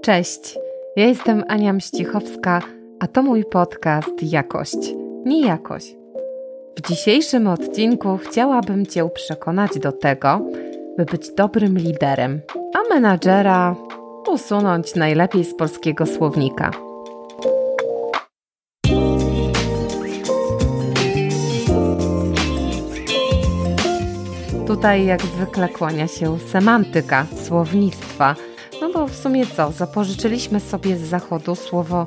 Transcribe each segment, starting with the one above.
Cześć, ja jestem Ania Mścichowska, a to mój podcast Jakość, nie jakość. W dzisiejszym odcinku chciałabym Cię przekonać do tego, by być dobrym liderem, a menadżera usunąć najlepiej z polskiego słownika. Tutaj jak zwykle kłania się semantyka, słownictwa, no bo w sumie zapożyczyliśmy sobie z zachodu słowo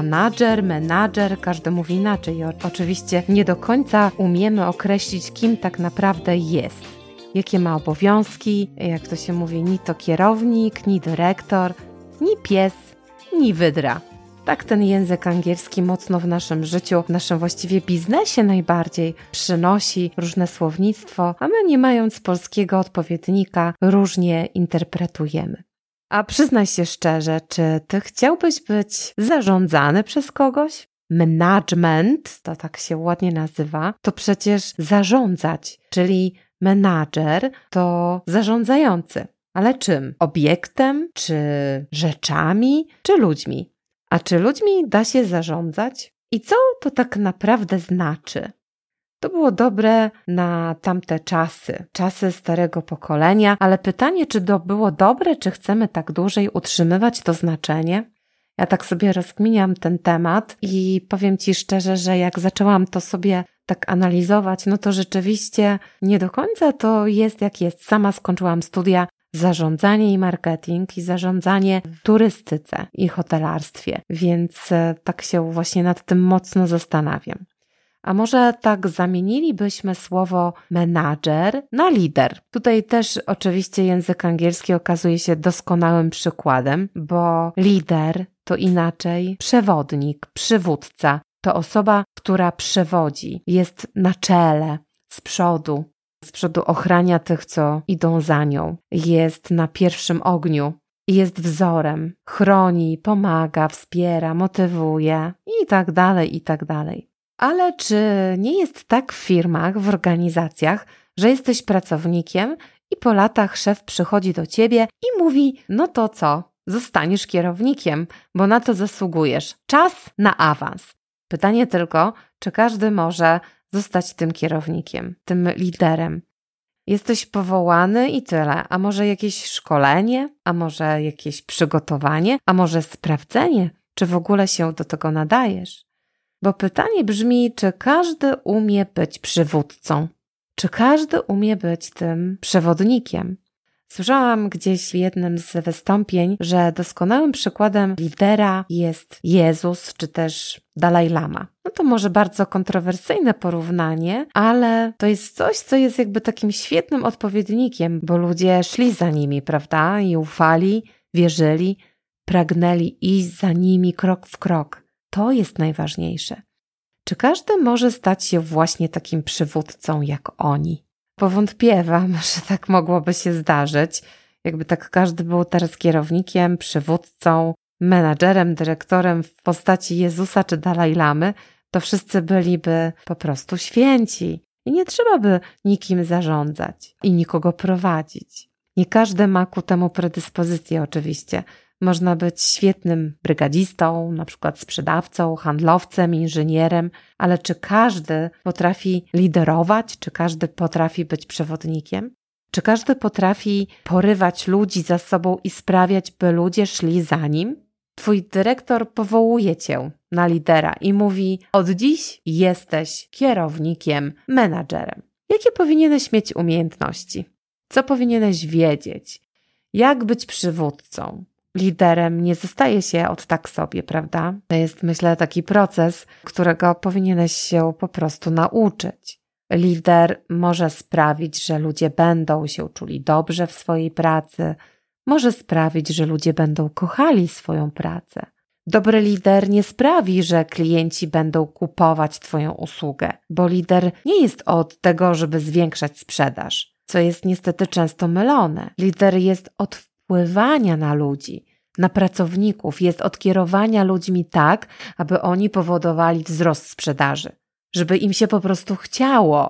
menadżer, każdy mówi inaczej. Oczywiście nie do końca umiemy określić, kim tak naprawdę jest. Jakie ma obowiązki, jak to się mówi, ni to kierownik, ni dyrektor, ni pies, ni wydra. Tak ten język angielski mocno w naszym życiu, w naszym właściwie biznesie najbardziej przynosi różne słownictwo, a my nie mając polskiego odpowiednika różnie interpretujemy. A przyznaj się szczerze, czy ty chciałbyś być zarządzany przez kogoś? Management, to tak się ładnie nazywa, to przecież zarządzać, czyli menadżer to zarządzający. Ale czym? Obiektem, czy rzeczami, czy ludźmi? A czy ludźmi da się zarządzać? I co to tak naprawdę znaczy? To było dobre na tamte czasy starego pokolenia, ale pytanie, czy to było dobre, czy chcemy tak dłużej utrzymywać to znaczenie? Ja tak sobie rozkminiam ten temat i powiem Ci szczerze, że jak zaczęłam to sobie tak analizować, no to rzeczywiście nie do końca to jest jak jest. Sama skończyłam studia zarządzanie i marketing i zarządzanie w turystyce i hotelarstwie, więc tak się właśnie nad tym mocno zastanawiam. A może tak zamienilibyśmy słowo menadżer na lider? Tutaj też oczywiście język angielski okazuje się doskonałym przykładem, bo lider to inaczej przewodnik, przywódca. To osoba, która przewodzi, jest na czele, z przodu ochrania tych, co idą za nią, jest na pierwszym ogniu, jest wzorem, chroni, pomaga, wspiera, motywuje i tak dalej, i tak dalej. Ale czy nie jest tak w firmach, w organizacjach, że jesteś pracownikiem i po latach szef przychodzi do ciebie i mówi, no to co, zostaniesz kierownikiem, bo na to zasługujesz. Czas na awans. Pytanie tylko, czy każdy może zostać tym kierownikiem, tym liderem. Jesteś powołany i tyle, a może jakieś szkolenie, a może jakieś przygotowanie, a może sprawdzenie, czy w ogóle się do tego nadajesz. Bo pytanie brzmi, czy każdy umie być przywódcą? Czy każdy umie być tym przewodnikiem? Słyszałam gdzieś w jednym z wystąpień, że doskonałym przykładem lidera jest Jezus czy też Dalaj Lama. No to może bardzo kontrowersyjne porównanie, ale to jest coś, co jest jakby takim świetnym odpowiednikiem, bo ludzie szli za nimi, prawda? I ufali, wierzyli, pragnęli iść za nimi krok w krok. To jest najważniejsze. Czy każdy może stać się właśnie takim przywódcą jak oni? Powątpiewam, że tak mogłoby się zdarzyć. Jakby tak każdy był teraz kierownikiem, przywódcą, menadżerem, dyrektorem w postaci Jezusa czy Dalaj Lamy, to wszyscy byliby po prostu święci. I nie trzeba by nikim zarządzać i nikogo prowadzić. Nie każdy ma ku temu predyspozycję oczywiście. Można być świetnym brygadzistą, na przykład sprzedawcą, handlowcem, inżynierem, ale czy każdy potrafi liderować? Czy każdy potrafi być przewodnikiem? Czy każdy potrafi porywać ludzi za sobą i sprawiać, by ludzie szli za nim? Twój dyrektor powołuje cię na lidera i mówi: od dziś jesteś kierownikiem, menadżerem. Jakie powinieneś mieć umiejętności? Co powinieneś wiedzieć? Jak być przywódcą? Liderem nie zostaje się od tak sobie, prawda? To jest, myślę, taki proces, którego powinieneś się po prostu nauczyć. Lider może sprawić, że ludzie będą się czuli dobrze w swojej pracy, może sprawić, że ludzie będą kochali swoją pracę. Dobry lider nie sprawi, że klienci będą kupować Twoją usługę, bo lider nie jest od tego, żeby zwiększać sprzedaż, co jest niestety często mylone. Lider jest od wpływania na ludzi, na pracowników, jest od kierowania ludźmi tak, aby oni powodowali wzrost sprzedaży, żeby im się po prostu chciało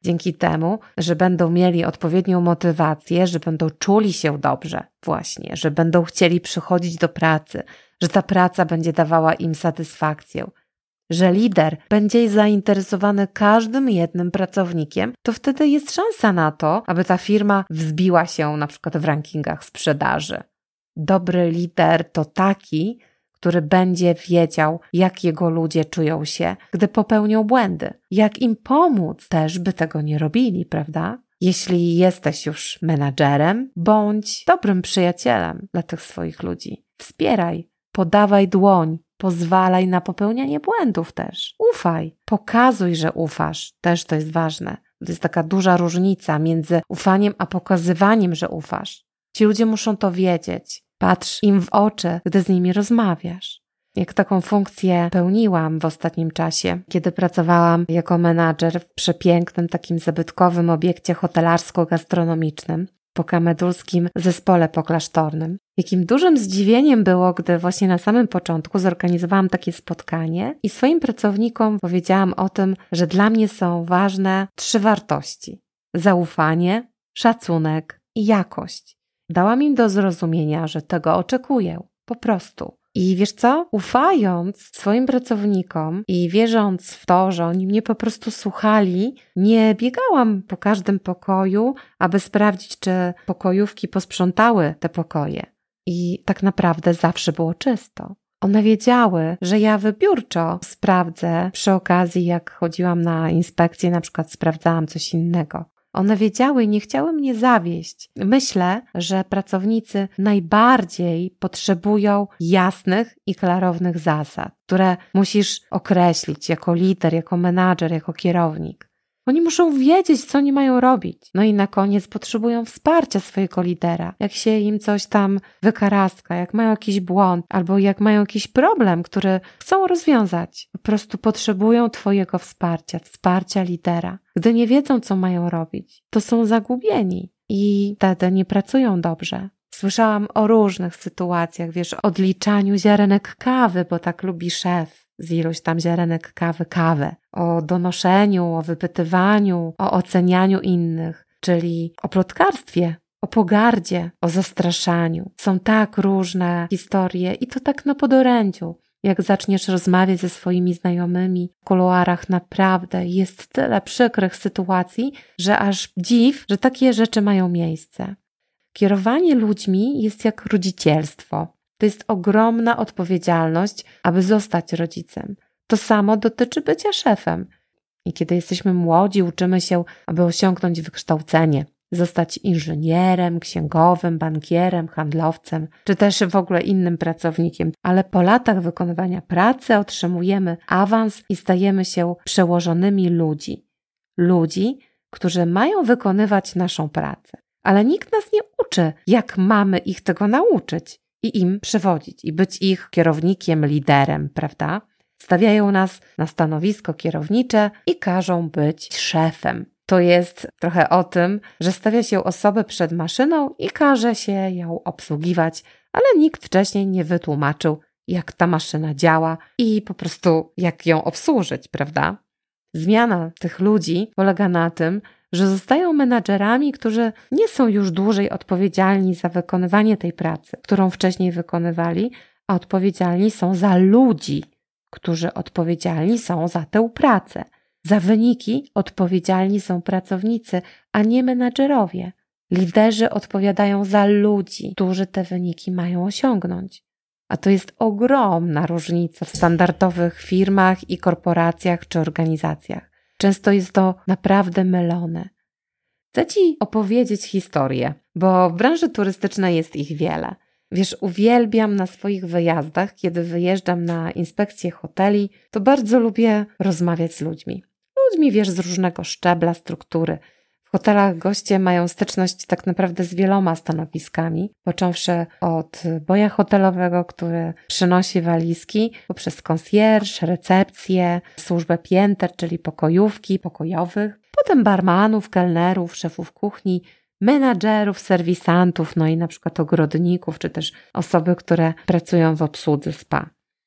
Dzięki temu, że będą mieli odpowiednią motywację, że będą czuli się dobrze właśnie, że będą chcieli przychodzić do pracy, że ta praca będzie dawała im satysfakcję, że lider będzie zainteresowany każdym jednym pracownikiem, to wtedy jest szansa na to, aby ta firma wzbiła się na przykład w rankingach sprzedaży. Dobry lider to taki, który będzie wiedział, jak jego ludzie czują się, gdy popełnią błędy. Jak im pomóc też, by tego nie robili, prawda? Jeśli jesteś już menadżerem, bądź dobrym przyjacielem dla tych swoich ludzi. Wspieraj, podawaj dłoń, pozwalaj na popełnianie błędów też. Ufaj, pokazuj, że ufasz. Też to jest ważne. To jest taka duża różnica między ufaniem a pokazywaniem, że ufasz. Ci ludzie muszą to wiedzieć. Patrz im w oczy, gdy z nimi rozmawiasz. Jak taką funkcję pełniłam w ostatnim czasie, kiedy pracowałam jako menadżer w przepięknym, takim zabytkowym obiekcie hotelarsko-gastronomicznym po Kamedulskim Zespole Poklasztornym. Jakim dużym zdziwieniem było, gdy właśnie na samym początku zorganizowałam takie spotkanie i swoim pracownikom powiedziałam o tym, że dla mnie są ważne 3 wartości. Zaufanie, szacunek i jakość. Dałam im do zrozumienia, że tego oczekuję. Po prostu. I wiesz co? Ufając swoim pracownikom i wierząc w to, że oni mnie po prostu słuchali, nie biegałam po każdym pokoju, aby sprawdzić, czy pokojówki posprzątały te pokoje. I tak naprawdę zawsze było czysto. One wiedziały, że ja wybiórczo sprawdzę przy okazji, jak chodziłam na inspekcję, na przykład sprawdzałam coś innego. One wiedziały i nie chciały mnie zawieść. Myślę, że pracownicy najbardziej potrzebują jasnych i klarownych zasad, które musisz określić jako lider, jako menadżer, jako kierownik. Oni muszą wiedzieć, co oni mają robić. No i na koniec potrzebują wsparcia swojego lidera. Jak się im coś tam wykaraska, jak mają jakiś błąd, albo jak mają jakiś problem, który chcą rozwiązać. Po prostu potrzebują twojego wsparcia lidera. Gdy nie wiedzą, co mają robić, to są zagubieni i wtedy nie pracują dobrze. Słyszałam o różnych sytuacjach, wiesz, o odliczaniu ziarenek kawy, bo tak lubi szef z iluś tam ziarenek kawę, o donoszeniu, o wypytywaniu, o ocenianiu innych, czyli o plotkarstwie, o pogardzie, o zastraszaniu. Są tak różne historie i to tak na podorędziu. Jak zaczniesz rozmawiać ze swoimi znajomymi w kuluarach, naprawdę jest tyle przykrych sytuacji, że aż dziw, że takie rzeczy mają miejsce. Kierowanie ludźmi jest jak rodzicielstwo. To jest ogromna odpowiedzialność, aby zostać rodzicem. To samo dotyczy bycia szefem. I kiedy jesteśmy młodzi, uczymy się, aby osiągnąć wykształcenie, zostać inżynierem, księgowym, bankierem, handlowcem, czy też w ogóle innym pracownikiem. Ale po latach wykonywania pracy otrzymujemy awans i stajemy się przełożonymi ludzi. Ludzi, którzy mają wykonywać naszą pracę. Ale nikt nas nie uczy, jak mamy ich tego nauczyć i im przewodzić i być ich kierownikiem, liderem, prawda? Stawiają nas na stanowisko kierownicze i każą być szefem. To jest trochę o tym, że stawia się osobę przed maszyną i każe się ją obsługiwać, ale nikt wcześniej nie wytłumaczył, jak ta maszyna działa i po prostu jak ją obsłużyć, prawda? Zmiana tych ludzi polega na tym, że zostają menadżerami, którzy nie są już dłużej odpowiedzialni za wykonywanie tej pracy, którą wcześniej wykonywali, a odpowiedzialni są za ludzi, którzy odpowiedzialni są za tę pracę. Za wyniki odpowiedzialni są pracownicy, a nie menadżerowie. Liderzy odpowiadają za ludzi, którzy te wyniki mają osiągnąć. A to jest ogromna różnica w standardowych firmach i korporacjach czy organizacjach. Często jest to naprawdę mylone. Chcę Ci opowiedzieć historię, bo w branży turystycznej jest ich wiele. Wiesz, uwielbiam na swoich wyjazdach, kiedy wyjeżdżam na inspekcję hoteli, to bardzo lubię rozmawiać z ludźmi. Ludźmi, wiesz, z różnego szczebla, struktury. W hotelach goście mają styczność tak naprawdę z wieloma stanowiskami, począwszy od boja hotelowego, który przynosi walizki, poprzez concierge, recepcję, służbę pięter, czyli pokojówki, pokojowych, potem barmanów, kelnerów, szefów kuchni, menadżerów, serwisantów, no i na przykład ogrodników, czy też osoby, które pracują w obsłudze spa.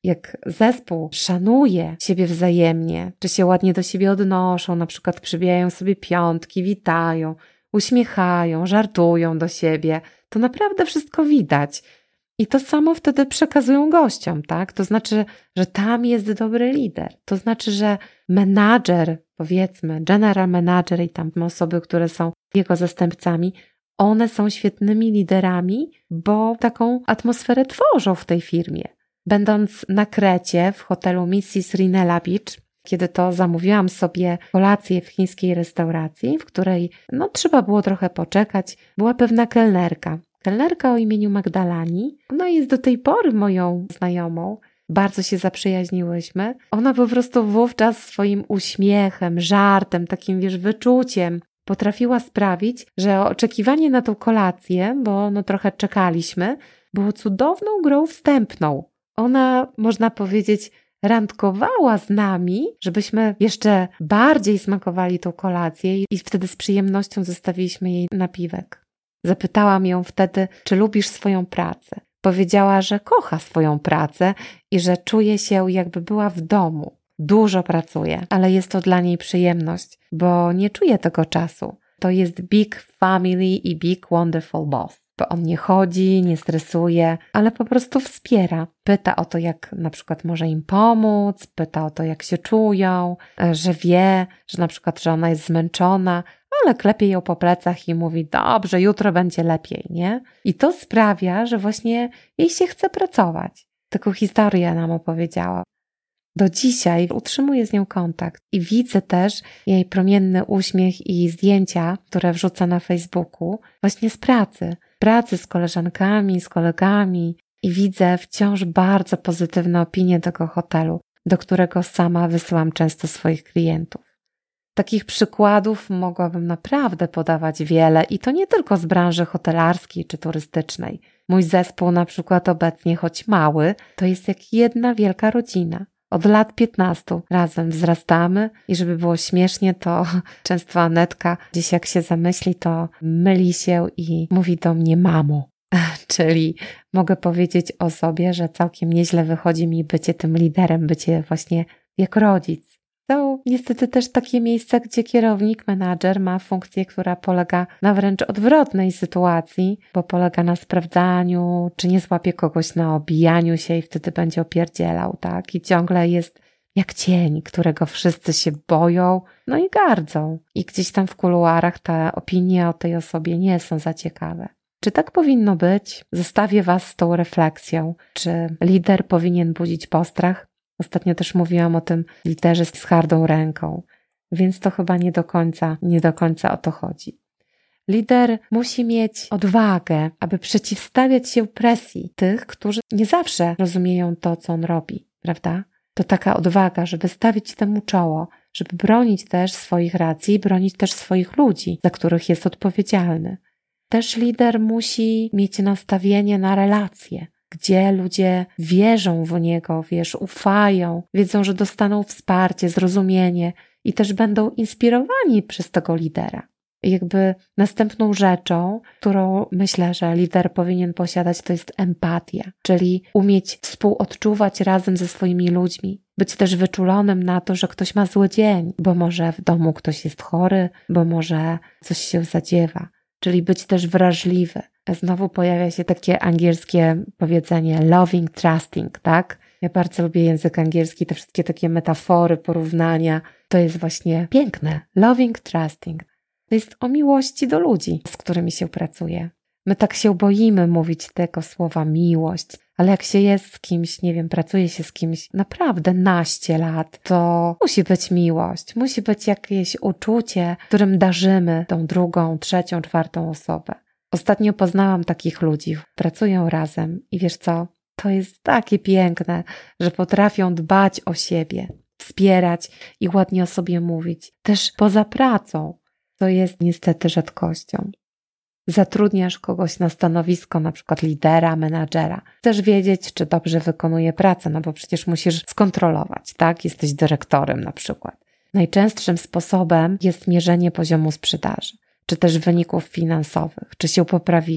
jak zespół szanuje siebie wzajemnie, czy się ładnie do siebie odnoszą, na przykład przybijają sobie piątki, witają, uśmiechają, żartują do siebie, to naprawdę wszystko widać. I to samo wtedy przekazują gościom, tak? To znaczy, że tam jest dobry lider. To znaczy, że menadżer, powiedzmy, general manager i tam osoby, które są jego zastępcami, one są świetnymi liderami, bo taką atmosferę tworzą w tej firmie. Będąc na Krecie w hotelu Mrs. Rinella Beach, kiedy to zamówiłam sobie kolację w chińskiej restauracji, w której trzeba było trochę poczekać, była pewna kelnerka o imieniu Magdalani. Ona jest do tej pory moją znajomą. Bardzo się zaprzyjaźniłyśmy. Ona po prostu wówczas swoim uśmiechem, żartem, takim wyczuciem potrafiła sprawić, że oczekiwanie na tą kolację, bo trochę czekaliśmy, było cudowną grą wstępną. Ona, można powiedzieć, randkowała z nami, żebyśmy jeszcze bardziej smakowali tą kolację i wtedy z przyjemnością zostawiliśmy jej napiwek. Zapytałam ją wtedy, czy lubisz swoją pracę. Powiedziała, że kocha swoją pracę i że czuje się, jakby była w domu. Dużo pracuje, ale jest to dla niej przyjemność, bo nie czuje tego czasu. To jest big family i big wonderful boss. Bo on nie chodzi, nie stresuje, ale po prostu wspiera. Pyta o to, jak na przykład może im pomóc, pyta o to, jak się czują, że wie, że na przykład, że ona jest zmęczona, ale klepie ją po plecach i mówi, dobrze, jutro będzie lepiej, nie? I to sprawia, że właśnie jej się chce pracować. Taką historię nam opowiedziała. Do dzisiaj utrzymuję z nią kontakt i widzę też jej promienny uśmiech i zdjęcia, które wrzuca na Facebooku, właśnie z pracy z koleżankami, z kolegami i widzę wciąż bardzo pozytywne opinie tego hotelu, do którego sama wysyłam często swoich klientów. Takich przykładów mogłabym naprawdę podawać wiele i to nie tylko z branży hotelarskiej czy turystycznej. Mój zespół na przykład obecnie, choć mały, to jest jak jedna wielka rodzina. Od lat 15 razem wzrastamy i żeby było śmiesznie, to często Anetka gdzieś jak się zamyśli, to myli się i mówi do mnie mamo. Czyli mogę powiedzieć o sobie, że całkiem nieźle wychodzi mi bycie tym liderem, bycie właśnie jak rodzic. Są niestety też takie miejsca, gdzie kierownik, menadżer ma funkcję, która polega na wręcz odwrotnej sytuacji, bo polega na sprawdzaniu, czy nie złapie kogoś na obijaniu się i wtedy będzie opierdzielał, tak? I ciągle jest jak cień, którego wszyscy się boją, i gardzą. I gdzieś tam w kuluarach te opinie o tej osobie nie są za ciekawe. Czy tak powinno być? Zostawię Was z tą refleksją. Czy lider powinien budzić postrach? Ostatnio też mówiłam o tym liderze z hardą ręką, więc to chyba nie do końca o to chodzi. Lider musi mieć odwagę, aby przeciwstawiać się presji tych, którzy nie zawsze rozumieją to, co on robi, prawda? To taka odwaga, żeby stawić temu czoło, żeby bronić też swoich racji, bronić też swoich ludzi, za których jest odpowiedzialny. Też lider musi mieć nastawienie na relacje, gdzie ludzie wierzą w niego, ufają, wiedzą, że dostaną wsparcie, zrozumienie i też będą inspirowani przez tego lidera. Jakby następną rzeczą, którą myślę, że lider powinien posiadać, to jest empatia, czyli umieć współodczuwać razem ze swoimi ludźmi, być też wyczulonym na to, że ktoś ma zły dzień, bo może w domu ktoś jest chory, bo może coś się zadziewa, czyli być też wrażliwy. Znowu pojawia się takie angielskie powiedzenie loving, trusting, tak? Ja bardzo lubię język angielski, te wszystkie takie metafory, porównania. To jest właśnie piękne. Loving, trusting. To jest o miłości do ludzi, z którymi się pracuje. My tak się boimy mówić tego słowa miłość, ale jak się jest z kimś, pracuje się z kimś naprawdę naście lat, to musi być miłość, musi być jakieś uczucie, którym darzymy tą drugą, trzecią, czwartą osobę. Ostatnio poznałam takich ludzi, pracują razem i wiesz co, to jest takie piękne, że potrafią dbać o siebie, wspierać i ładnie o sobie mówić, też poza pracą, co jest niestety rzadkością. Zatrudniasz kogoś na stanowisko, na przykład lidera, menadżera. Chcesz wiedzieć, czy dobrze wykonuje pracę, bo przecież musisz skontrolować, tak? Jesteś dyrektorem na przykład. Najczęstszym sposobem jest mierzenie poziomu sprzedaży, czy też wyników finansowych, czy się poprawiły.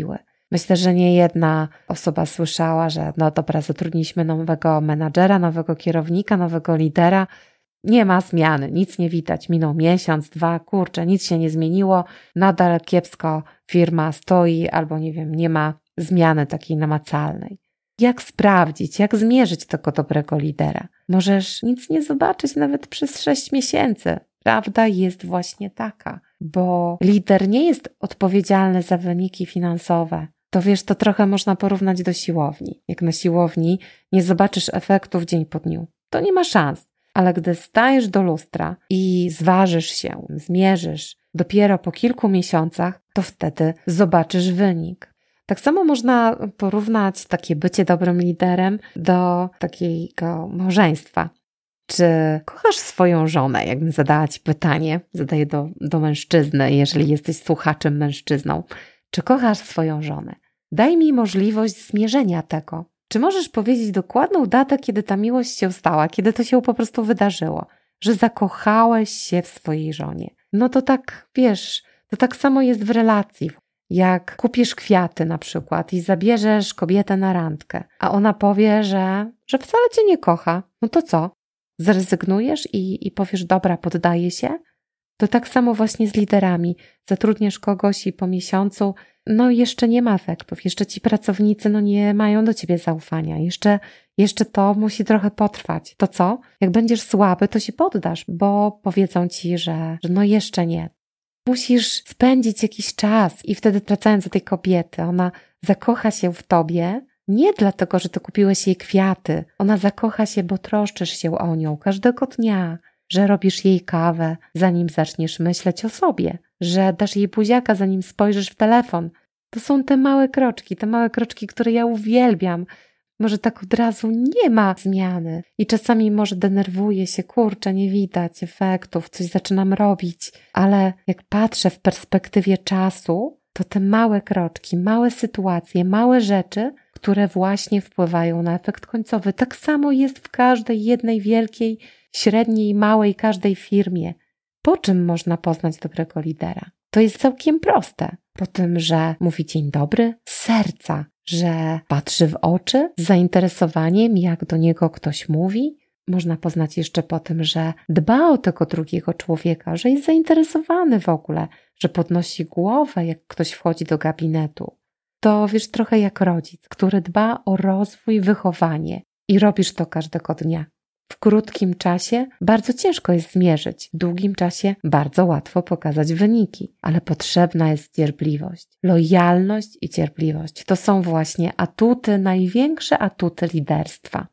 Myślę, że nie jedna osoba słyszała, że no dobra, zatrudniliśmy nowego menadżera, nowego kierownika, nowego lidera. Nie ma zmiany, nic nie widać. Minął miesiąc, 2, kurczę, nic się nie zmieniło. Nadal kiepsko firma stoi albo nie wiem, nie ma zmiany takiej namacalnej. Jak sprawdzić, jak zmierzyć tego dobrego lidera? Możesz nic nie zobaczyć nawet przez 6 miesięcy. Prawda jest właśnie taka, bo lider nie jest odpowiedzialny za wyniki finansowe. To wiesz, to trochę można porównać do siłowni. Jak na siłowni nie zobaczysz efektów dzień po dniu, to nie ma szans. Ale gdy stajesz do lustra i zważysz się, zmierzysz dopiero po kilku miesiącach, to wtedy zobaczysz wynik. Tak samo można porównać takie bycie dobrym liderem do takiego małżeństwa. Czy kochasz swoją żonę? Jakbym zadała Ci pytanie, zadaję do mężczyzny, jeżeli jesteś słuchaczem mężczyzną. Czy kochasz swoją żonę? Daj mi możliwość zmierzenia tego. Czy możesz powiedzieć dokładną datę, kiedy ta miłość się stała, kiedy to się po prostu wydarzyło, że zakochałeś się w swojej żonie? No to tak, wiesz, to tak samo jest w relacji. Jak kupisz kwiaty na przykład i zabierzesz kobietę na randkę, a ona powie, że wcale Cię nie kocha, no to co? Zrezygnujesz i powiesz, dobra, poddaję się? To tak samo właśnie z liderami. Zatrudniasz kogoś i po miesiącu, no jeszcze nie ma efektów, jeszcze ci pracownicy nie mają do ciebie zaufania, jeszcze to musi trochę potrwać. To co? Jak będziesz słaby, to się poddasz, bo powiedzą ci, że no jeszcze nie. Musisz spędzić jakiś czas i wtedy wracając do tej kobiety, ona zakocha się w tobie, nie dlatego, że ty kupiłeś jej kwiaty. Ona zakocha się, bo troszczysz się o nią każdego dnia, że robisz jej kawę, zanim zaczniesz myśleć o sobie, że dasz jej buziaka, zanim spojrzysz w telefon. To są te małe kroczki, które ja uwielbiam. Może tak od razu nie ma zmiany i czasami może denerwuję się, kurczę, nie widać efektów, coś zaczynam robić, ale jak patrzę w perspektywie czasu, to te małe kroczki, małe sytuacje, małe rzeczy, które właśnie wpływają na efekt końcowy. Tak samo jest w każdej jednej wielkiej, średniej, małej, każdej firmie. Po czym można poznać dobrego lidera? To jest całkiem proste. Po tym, że mówi dzień dobry z serca, że patrzy w oczy z zainteresowaniem, jak do niego ktoś mówi. Można poznać jeszcze po tym, że dba o tego drugiego człowieka, że jest zainteresowany w ogóle, że podnosi głowę, jak ktoś wchodzi do gabinetu. To wiesz, trochę jak rodzic, który dba o rozwój, wychowanie i robisz to każdego dnia. W krótkim czasie bardzo ciężko jest zmierzyć, w długim czasie bardzo łatwo pokazać wyniki, ale potrzebna jest cierpliwość. Lojalność i cierpliwość to są właśnie atuty, największe atuty liderstwa.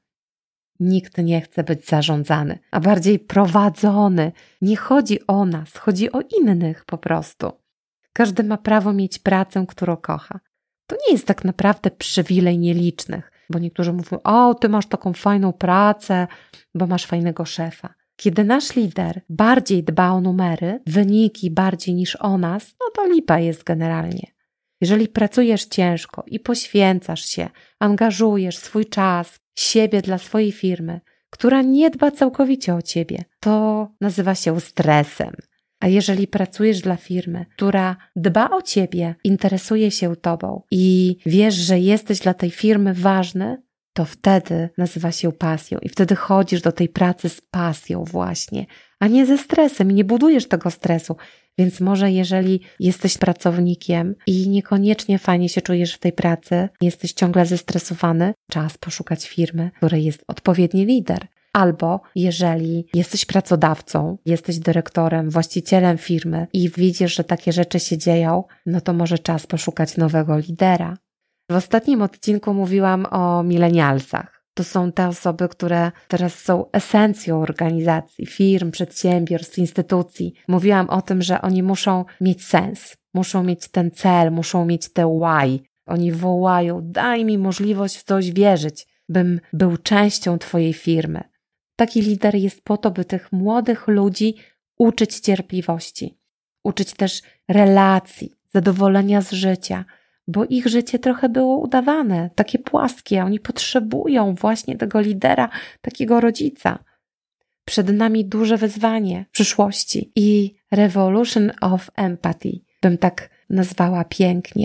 Nikt nie chce być zarządzany, a bardziej prowadzony. Nie chodzi o nas, chodzi o innych po prostu. Każdy ma prawo mieć pracę, którą kocha. To nie jest tak naprawdę przywilej nielicznych, bo niektórzy mówią, o, ty masz taką fajną pracę, bo masz fajnego szefa. Kiedy nasz lider bardziej dba o numery, wyniki bardziej niż o nas, no to lipa jest generalnie. Jeżeli pracujesz ciężko i poświęcasz się, angażujesz swój czas, siebie dla swojej firmy, która nie dba całkowicie o ciebie, to nazywa się stresem. A jeżeli pracujesz dla firmy, która dba o ciebie, interesuje się tobą i wiesz, że jesteś dla tej firmy ważny, to wtedy nazywa się pasją i wtedy chodzisz do tej pracy z pasją właśnie, a nie ze stresem i nie budujesz tego stresu. Więc może jeżeli jesteś pracownikiem i niekoniecznie fajnie się czujesz w tej pracy, jesteś ciągle zestresowany, czas poszukać firmy, w której jest odpowiedni lider. Albo jeżeli jesteś pracodawcą, jesteś dyrektorem, właścicielem firmy i widzisz, że takie rzeczy się dzieją, no to może czas poszukać nowego lidera. W ostatnim odcinku mówiłam o milenialsach. To są te osoby, które teraz są esencją organizacji, firm, przedsiębiorstw, instytucji. Mówiłam o tym, że oni muszą mieć sens, muszą mieć ten cel, muszą mieć te why. Oni wołają, daj mi możliwość w coś wierzyć, bym był częścią twojej firmy. Taki lider jest po to, by tych młodych ludzi uczyć cierpliwości, uczyć też relacji, zadowolenia z życia, bo ich życie trochę było udawane, takie płaskie. Oni potrzebują właśnie tego lidera, takiego rodzica. Przed nami duże wyzwanie w przyszłości i revolution of empathy, bym tak nazwała pięknie.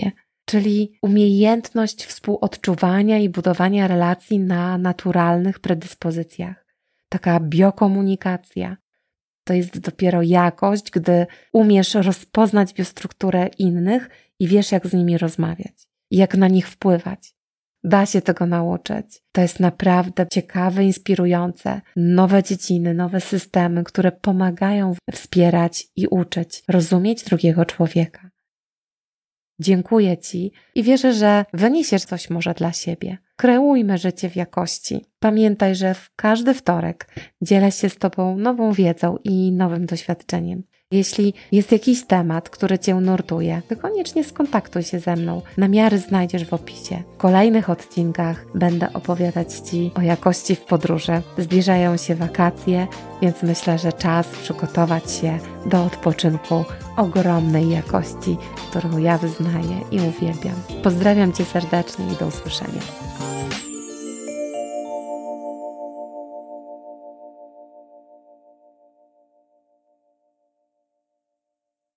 czyli umiejętność współodczuwania i budowania relacji na naturalnych predyspozycjach. Taka biokomunikacja. To jest dopiero jakość, gdy umiesz rozpoznać biostrukturę innych i wiesz, jak z nimi rozmawiać, jak na nich wpływać. Da się tego nauczyć. To jest naprawdę ciekawe, inspirujące. Nowe dziedziny, nowe systemy, które pomagają wspierać i uczyć, rozumieć drugiego człowieka. Dziękuję Ci i wierzę, że wyniesiesz coś może dla siebie. Kreujmy życie w jakości. Pamiętaj, że w każdy wtorek dzielę się z Tobą nową wiedzą i nowym doświadczeniem. Jeśli jest jakiś temat, który Cię nurtuje, to koniecznie skontaktuj się ze mną. Namiary znajdziesz w opisie. W kolejnych odcinkach będę opowiadać Ci o jakości w podróży. Zbliżają się wakacje, więc myślę, że czas przygotować się do odpoczynku ogromnej jakości, którą ja wyznaję i uwielbiam. Pozdrawiam Cię serdecznie i do usłyszenia.